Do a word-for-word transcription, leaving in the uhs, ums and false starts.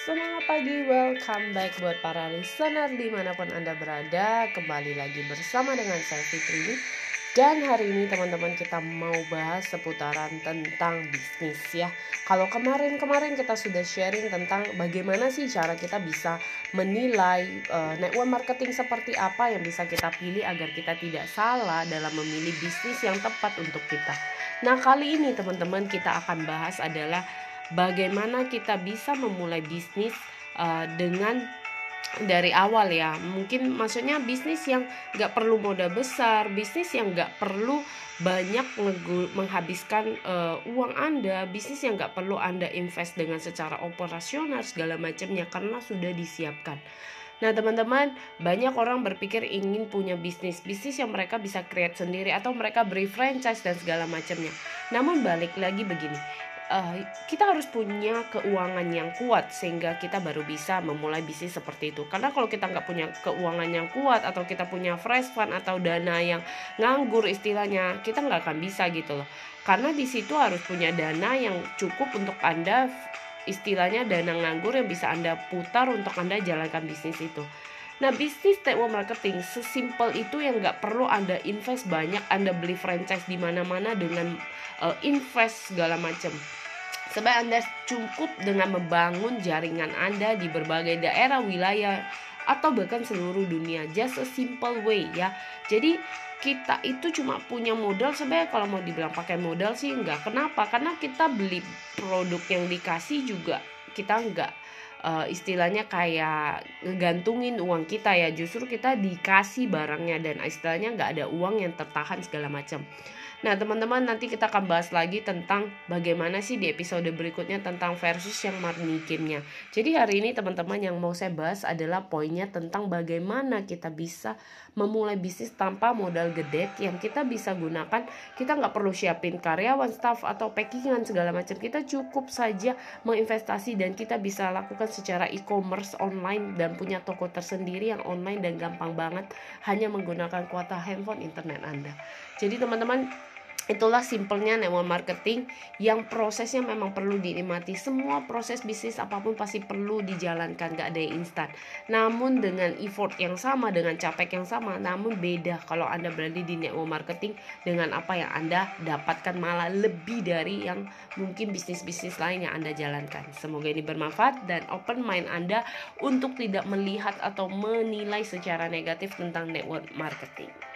Semangat pagi, welcome back buat para listener dimanapun Anda berada. Kembali lagi bersama dengan saya Fitri. Dan hari ini teman-teman kita mau bahas seputaran tentang bisnis ya. Kalau kemarin-kemarin kita sudah sharing tentang bagaimana sih cara kita bisa menilai uh, network marketing seperti apa yang bisa kita pilih agar kita tidak salah dalam memilih bisnis yang tepat untuk kita. Nah, kali ini teman-teman kita akan bahas adalah bagaimana kita bisa memulai bisnis uh, dengan dari awal ya. Mungkin maksudnya bisnis yang gak perlu modal besar, bisnis yang gak perlu banyak menghabiskan uh, uang Anda, bisnis yang gak perlu Anda invest dengan secara operasional segala macamnya karena sudah disiapkan. Nah teman-teman, banyak orang berpikir ingin punya bisnis Bisnis yang mereka bisa create sendiri atau mereka beri franchise dan segala macamnya. Namun balik lagi begini, uh, kita harus punya keuangan yang kuat sehingga kita baru bisa memulai bisnis seperti itu. Karena kalau kita nggak punya keuangan yang kuat atau kita punya fresh fund atau dana yang nganggur istilahnya, kita nggak akan bisa gitu loh. Karena di situ harus punya dana yang cukup untuk Anda, istilahnya dana nganggur yang bisa Anda putar untuk Anda jalankan bisnis itu. Nah, bisnis network marketing sesimpel itu yang nggak perlu Anda invest banyak, Anda beli franchise di mana-mana dengan uh, invest segala macam. Sebab Anda cukup dengan membangun jaringan Anda di berbagai daerah, wilayah, atau bahkan seluruh dunia. Just a simple way ya. Jadi kita itu cuma punya modal, sebenarnya kalau mau dibilang pakai modal sih enggak. Kenapa? Karena kita beli produk yang dikasih juga kita enggak uh, istilahnya kayak ngegantungin uang kita ya. Justru kita dikasih barangnya dan istilahnya enggak ada uang yang tertahan segala macam. Nah teman-teman, nanti kita akan bahas lagi tentang bagaimana sih di episode berikutnya tentang versus yang money game-nya. Jadi hari ini teman-teman yang mau saya bahas adalah poinnya tentang bagaimana kita bisa memulai bisnis tanpa modal gede yang kita bisa gunakan. Kita nggak perlu siapin karyawan, staff, atau packingan segala macam. Kita cukup saja menginvestasi dan kita bisa lakukan secara e-commerce online dan punya toko tersendiri yang online dan gampang banget hanya menggunakan kuota handphone internet Anda. Jadi teman-teman, itulah simpelnya network marketing yang prosesnya memang perlu dinikmati. Semua proses bisnis apapun pasti perlu dijalankan, gak ada yang instan. Namun dengan effort yang sama, dengan capek yang sama, namun beda kalau Anda berada di network marketing dengan apa yang Anda dapatkan, malah lebih dari yang mungkin bisnis-bisnis lain yang Anda jalankan. Semoga ini bermanfaat dan open mind Anda untuk tidak melihat atau menilai secara negatif tentang network marketing.